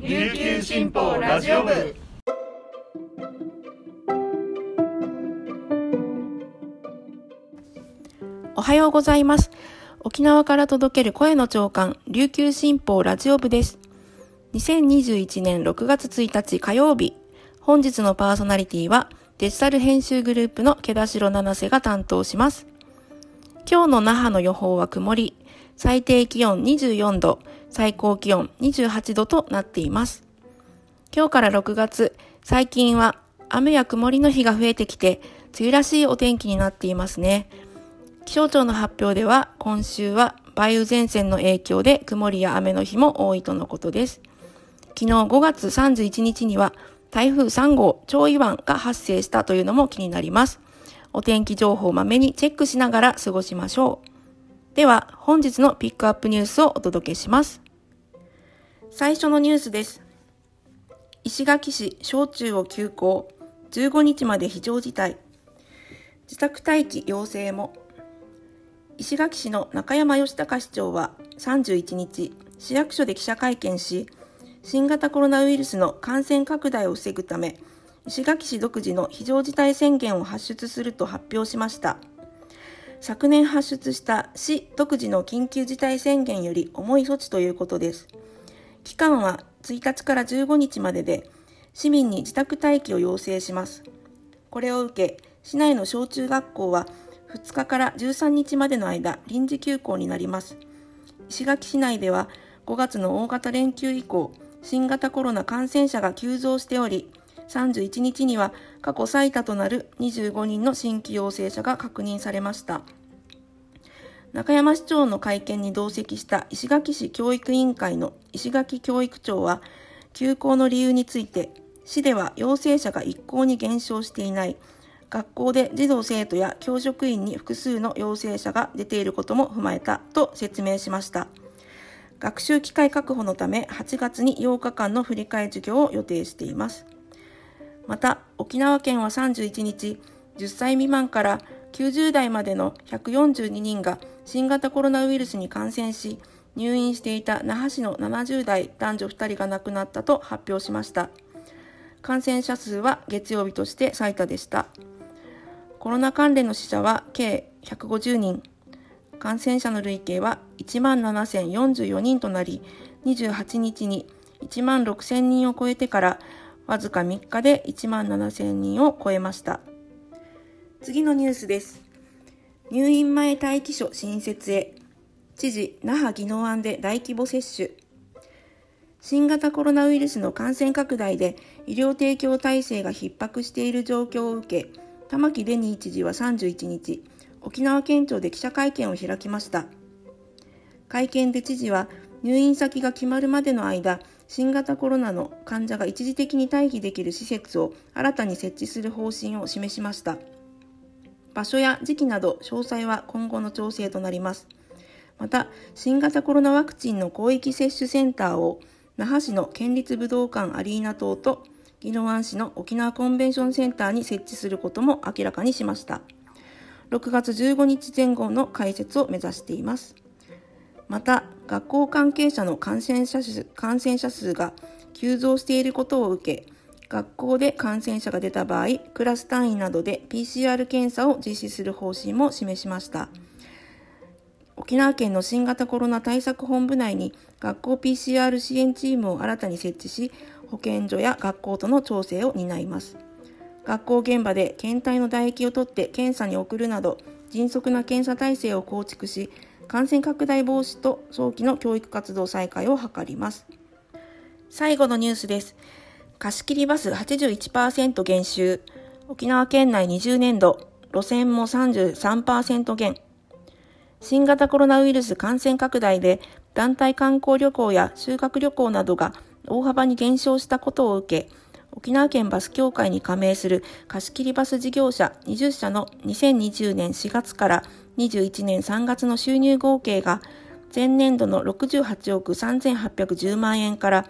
琉球新報ラジオ部。 おはようございます。沖縄から届ける声の朝刊、琉球新報ラジオ部です。2021年6月1日火曜日、本日のパーソナリティはデジタル編集グループの毛田代七瀬が担当します。今日の那覇の予報は曇り、最低気温24度、最高気温28度となっています。今日から6月、最近は雨や曇りの日が増えてきて、梅雨らしいお天気になっていますね。気象庁の発表では、今週は梅雨前線の影響で曇りや雨の日も多いとのことです。昨日5月31日には台風3号潮位湾が発生したというのも気になります。お天気情報をまめにチェックしながら過ごしましょう。では本日のピックアップニュースをお届けします。最初のニュースです。石垣市小中を休校、15日まで非常事態。自宅待機要請も。石垣市の中山義隆市長は31日、市役所で記者会見し、新型コロナウイルスの感染拡大を防ぐため、石垣市独自の非常事態宣言を発出すると発表しました。昨年発出した市独自の緊急事態宣言より重い措置ということです。期間は1日から15日までで、市民に自宅待機を要請します。これを受け、市内の小中学校は2日から13日までの間、臨時休校になります。石垣市内では5月の大型連休以降、新型コロナ感染者が急増しており、31日には過去最多となる25人の新規陽性者が確認されました。中山市長の会見に同席した石垣市教育委員会の石垣教育長は、休校の理由について、市では陽性者が一向に減少していない、学校で児童生徒や教職員に複数の陽性者が出ていることも踏まえたと説明しました。学習機会確保のため8月に8日間の振り替え授業を予定しています。また、沖縄県は31日、10歳未満から90代までの142人が新型コロナウイルスに感染し、入院していた那覇市の70代男女2人が亡くなったと発表しました。感染者数は月曜日として最多でした。コロナ関連の死者は計150人、感染者の累計は17,044人となり、28日に1万6,000人を超えてからわずか3日で1万7,000人を超えました。次のニュースです。入院前待機所新設へ、知事那覇宜野湾で大規模接種。新型コロナウイルスの感染拡大で医療提供体制が逼迫している状況を受け、玉城デニー知事は31日、沖縄県庁で記者会見を開きました。会見で知事は、入院先が決まるまでの間、新型コロナの患者が一時的に待機できる施設を新たに設置する方針を示しました。場所や時期など詳細は今後の調整となります。また、新型コロナワクチンの広域接種センターを那覇市の県立武道館アリーナ棟と宜野湾市の沖縄コンベンションセンターに設置することも明らかにしました。6月15日前後の開設を目指しています。また、学校関係者の感染者数が急増していることを受け、学校で感染者が出た場合、クラス単位などで PCR 検査を実施する方針も示しました。沖縄県の新型コロナ対策本部内に学校 PCR 支援チームを新たに設置し、保健所や学校との調整を担います。学校現場で検体の唾液を取って検査に送るなど、迅速な検査体制を構築し、感染拡大防止と早期の教育活動再開を図ります。最後のニュースです。貸切バス 81% 減収。沖縄県内20年度、路線も 33% 減。新型コロナウイルス感染拡大で団体観光旅行や修学旅行などが大幅に減少したことを受け、沖縄県バス協会に加盟する貸切バス事業者20社の2020年4月から21年3月の収入合計が前年度の68億3810万円から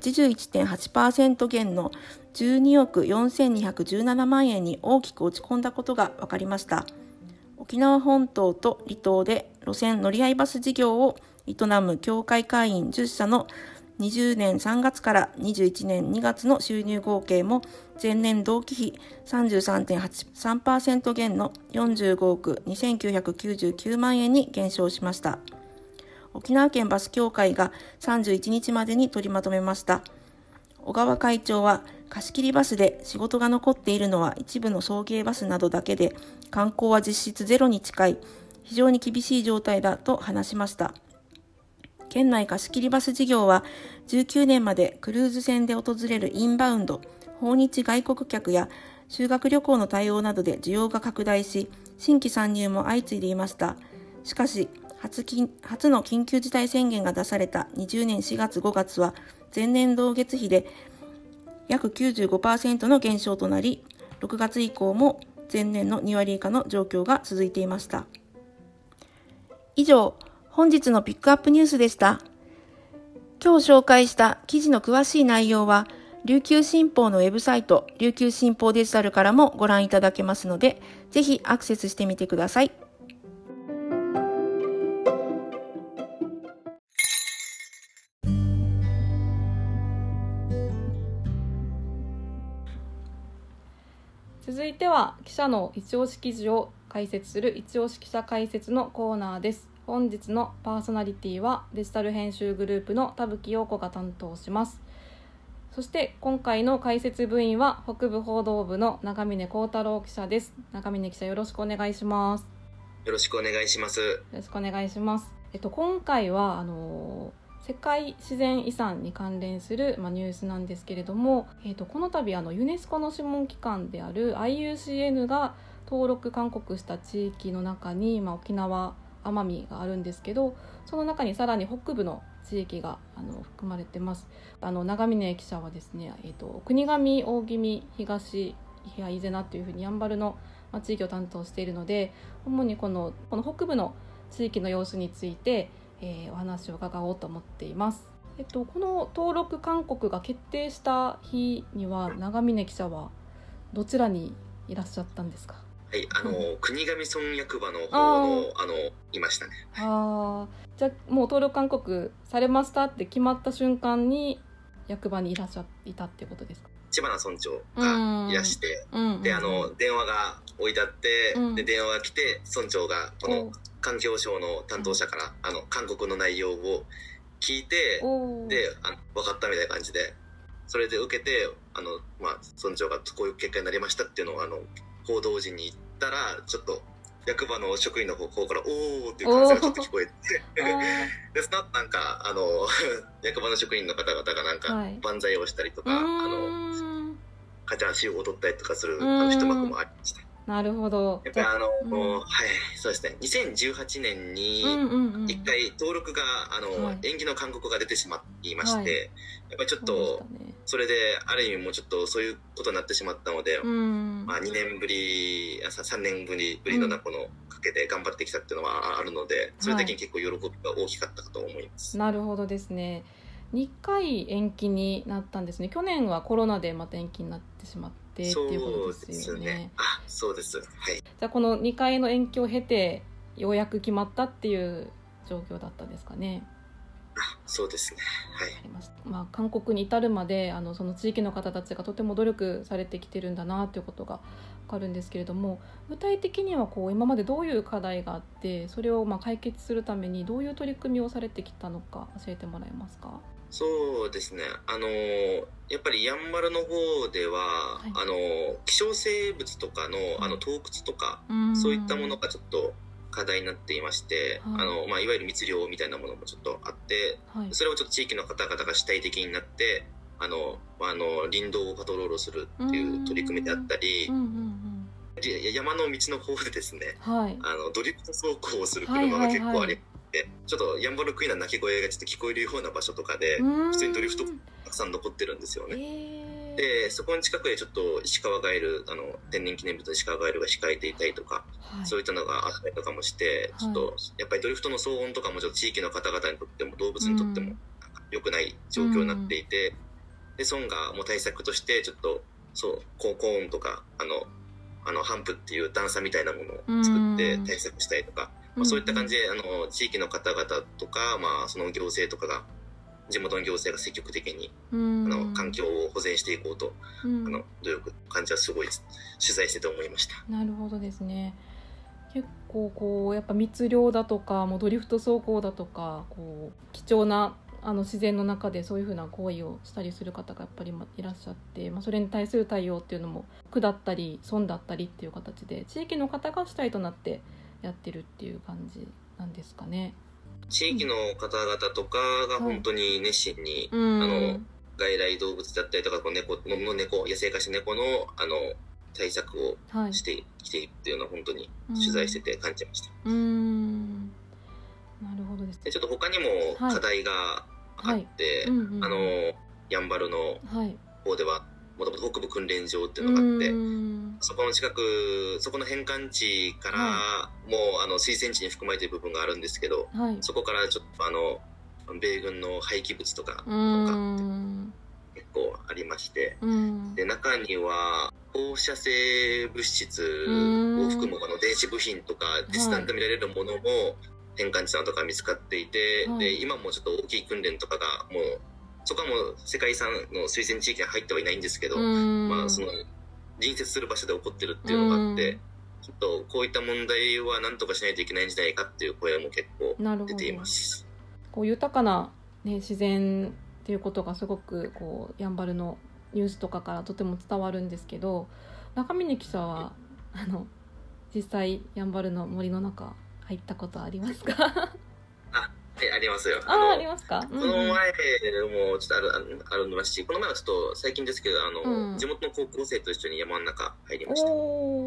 81.8% 減の12億4217万円に大きく落ち込んだことが分かりました。沖縄本島と離島で路線乗り合いバス事業を営む協会会員10社の 20年3月から21年2月の収入合計も前年同期比 33.83% 減の45億2999万円に減少しました。沖縄県バス協会が31日までに取りまとめました。小川会長は、貸し切りバスで仕事が残っているのは一部の送迎バスなどだけで、観光は実質ゼロに近い、非常に厳しい状態だと話しました。県内貸し切りバス事業は、19年までクルーズ船で訪れるインバウンド、訪日外国客や修学旅行の対応などで需要が拡大し、新規参入も相次いでいました。しかし、初の緊急事態宣言が出された20年4月5月は、前年同月比で約 95% の減少となり、6月以降も前年の2割以下の状況が続いていました。以上、本日のピックアップニュースでした。今日紹介した記事の詳しい内容は、琉球新報のウェブサイト、琉球新報デジタルからもご覧いただけますので、ぜひアクセスしてみてください。 続いては記者の一押し記事を解説する一押し記者解説のコーナーです。本日のパーソナリティはデジタル編集グループの田吹陽子が担当します。そして今回の解説部員は北部報道部の長峰幸太郎記者です。長峰記者、よろしくお願いします。 よろしくお願いします。 よろしくお願いします。今回は世界自然遺産に関連する、ニュースなんですけれども、この度ユネスコの諮問機関である IUCN が登録勧告した地域の中に、沖縄、奄美があるんですけど、その中にさらに北部の地域が含まれてます。長峰記者はですね、国頭、大宜味、東伊平伊是名というふうにやんばるの地域を担当しているので、主にこの北部の地域の様子についてお話を伺おうと思っています。この登録勧告が決定した日には長峰記者はどちらにいらっしゃったんですか？ はい、国頭村役場の方のいましたね。 じゃあもう登録勧告されましたって決まった瞬間に役場にいらっしゃいたっていうことですか？ 知花村長がいらして、で電話が置いてあって、で電話が来て村長がこの環境省の担当者から勧告の内容を聞いて、で分かったみたいな感じで、それで受けて村長がこういう結果になりましたっていうのを報道陣に言ったら、ちょっと役場の職員の方からおーっていう感じがちょっと聞こえてでその後役場の職員の方々が万歳をしたりとか、カチャーシーを踊ったりとかする一幕もありました。 なるほど。 やっぱりそうですね、2018年に一回登録が延期の勧告が出てしまいまして、やっぱりちょっとそれである意味もうちょっとそういうことになってしまったので、2年ぶり3年ぶりのこのかけて頑張ってきたっていうのはあるので、それだけに結構喜びが大きかったかと思います。 なるほどですね。2回延期になったんですね。去年はコロナでまた延期になってしまってっていうことですよね。 そうです。はい。 じゃあこの2回の延期を経てようやく決まったっていう状況だったんですかね。 そうですね。はい。 勧告に至るまでその地域の方たちがとても努力されてきてるんだなということが分かるんですけれども、具体的には今までどういう課題があって、それを解決するためにどういう取り組みをされてきたのか教えてもらえますか？ そうですね、やっぱりやんばるの方では、希少生物とかの盗掘とか、そういったものがちょっと課題になっていまして、いわゆる密猟みたいなものもちょっとあって、それをちょっと地域の方々が主体的になって林道をパトロールするっていう取り組みであったり、山の道の方でですね、ドリフト走行をする車が結構あり、ちょっとやんばるクイナ鳴き声がちょっと聞こえるような場所とかで普通にドリフトたくさん残ってるんですよね。でそこの近くでちょっと石川ガエル天然記念物の石川ガエルが控えていたりとか、そういったのがあったりとかもして、ちょっとやっぱりドリフトの騒音とかもちょっと地域の方々にとっても動物にとっても良くない状況になっていて、で村がもう対策としてちょっと高音とかハンプっていう段差みたいなものを作って対策したりとか、そういった感じで地域の方々とか、その行政とかが地元の行政が積極的に環境を保全していこうと努力感じはすごい取材してて思いました。 なるほどですね。結構こうやっぱ密漁だとかもうドリフト走行だとかこう貴重な自然の中でそういうふうな行為をしたりする方がやっぱりいらっしゃって、それに対する対応っていうのも区だったり村だったりっていう形で地域の方が主体となってやってるっていう感じなんですかね。 地域の方々とかが本当に熱心に、外来動物だったりとか猫野生化した猫の対策をしてきているっていうのは本当に取材してて感じました。 なるほどです。 でちょっと他にも課題があって、やんばるの方ではもともと北部訓練場っていうのがあって、そこの近くそこの返還地からもう水泉地に含まれている部分があるんですけど、そこからちょっと米軍の廃棄物とか結構ありまして、で中には放射性物質を含む電子部品とか実弾と見られるものも返還地さんとか見つかっていて、で今もちょっと大きい訓練とかがもうそこはもう世界遺産の水泉地域に入ってはいないんですけど、その隣接する場所で起こってるっていうのがあって、ちょっとこういった問題は何とかしないといけないんじゃないかっていう声も結構出ています。 こう豊かな、自然っていうことがすごくこうやんばるのニュースとかからとても伝わるんですけど、中峰記者は実際やんばるの森の中入ったことありますか？ ありますよ。 ありますか？ この前もちょっとあるし、この前はちょっと最近ですけど地元の高校生と一緒に山の中入りました。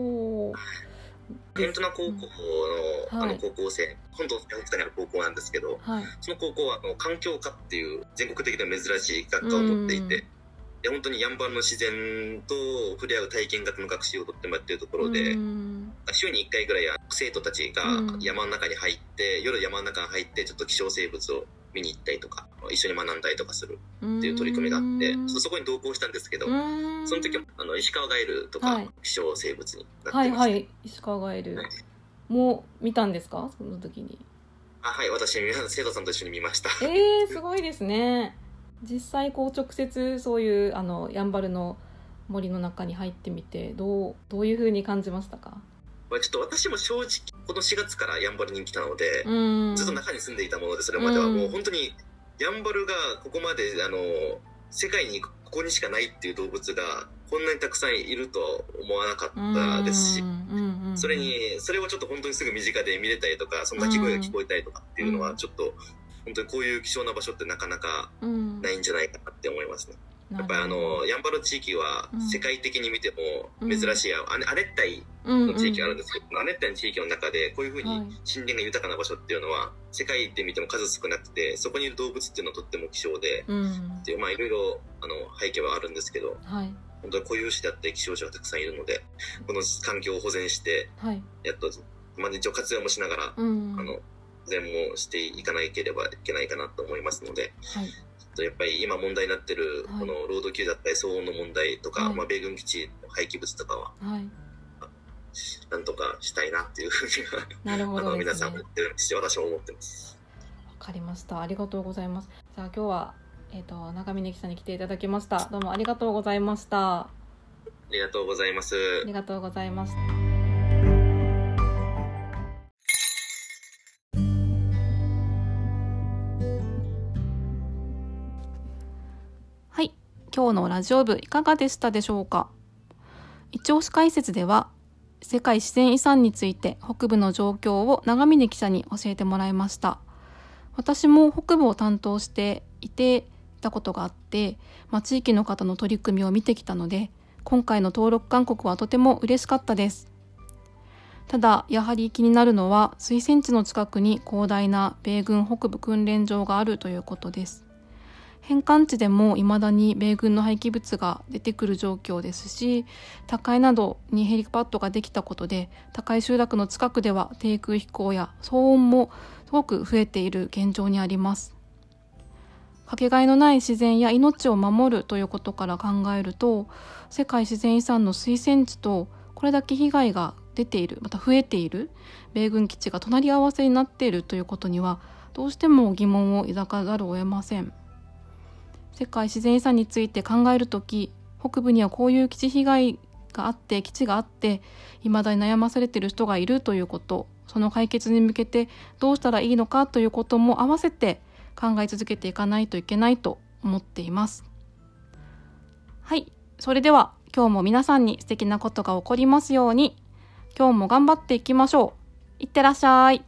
ペントナ高校の高校生、本島北にある高校なんですけど、その高校は環境科っていう全国的では珍しい学科を持っていて、で本当にやんばるの自然と触れ合う体験学の学習をとってもらっているところで、週に1回ぐらい生徒たちが山の中に入って、夜山の中に入ってちょっと希少生物を見に行ったりとか一緒に学んだりとかするっていう取り組みがあって、そこに同行したんですけど、その時は石川ガエルとか希少生物になってますね。 石川ガエルも見たんですか？その時に。 私生徒さんと一緒に見ました。 すごいですね。実際こう直接そういうやんばるの森の中に入ってみてどういう風に感じましたか？ ちょっと私も正直この4月からやんばるに来たので、ずっと中に住んでいたもので、それまではもう本当にやんばるがここまで世界にここにしかないっていう動物がこんなにたくさんいるとは思わなかったですし、それをちょっと本当にすぐ身近で見れたりとか、その鳴き声が聞こえたりとかっていうのはちょっと本当にこういう希少な場所ってなかなかないんじゃないかなって思いますね。やっぱりやんばる地域は世界的に見ても珍しい亜熱帯の地域があるんですけど、亜熱帯の地域の中でこういうふうに森林が豊かな場所っていうのは世界で見ても数少なくて、そこにいる動物っていうのはとっても希少で、っていういろいろ背景はあるんですけど、本当に固有種であって希少種がたくさんいるので、この環境を保全してやっと一応活用もしながら保全もしていかなければいけないかなと思いますので、やっぱり今問題になってるこの労働級だったり騒音の問題とか、米軍基地の廃棄物とかは、なんとかしたいなっていうふうに皆さんも言ってるし、私も思ってます。 わかりました。ありがとうございます。じゃあ今日は中峰記者に来ていただきました。どうもありがとうございました。 ありがとうございます。 ありがとうございます。はい、今日のラジオ部いかがでしたでしょうか。一押し解説では世界自然遺産について北部の状況を長峰記者に教えてもらいました。私も北部を担当していたことがあって、地域の方の取り組みを見てきたので、今回の登録勧告はとても嬉しかったです。ただやはり気になるのは水泉地の近くに広大な米軍北部訓練場があるということです。返還地でも未だに米軍の廃棄物が出てくる状況ですし、高海などにヘリパッドができたことで高海集落の近くでは低空飛行や騒音もすごく増えている現状にあります。かけがえのない自然や命を守るということから考えると、世界自然遺産の水泉地とこれだけ被害が出ている、また増えている米軍基地が隣り合わせになっているということにはどうしても疑問を抱かざるを得ません。 世界自然遺産について考えるとき、北部にはこういう基地被害があって、基地があって未だに悩まされている人がいるということ、その解決に向けてどうしたらいいのかということも合わせて考え続けていかないといけないと思っています。はい、それでは今日も皆さんに素敵なことが起こりますように。今日も頑張っていきましょう。いってらっしゃい。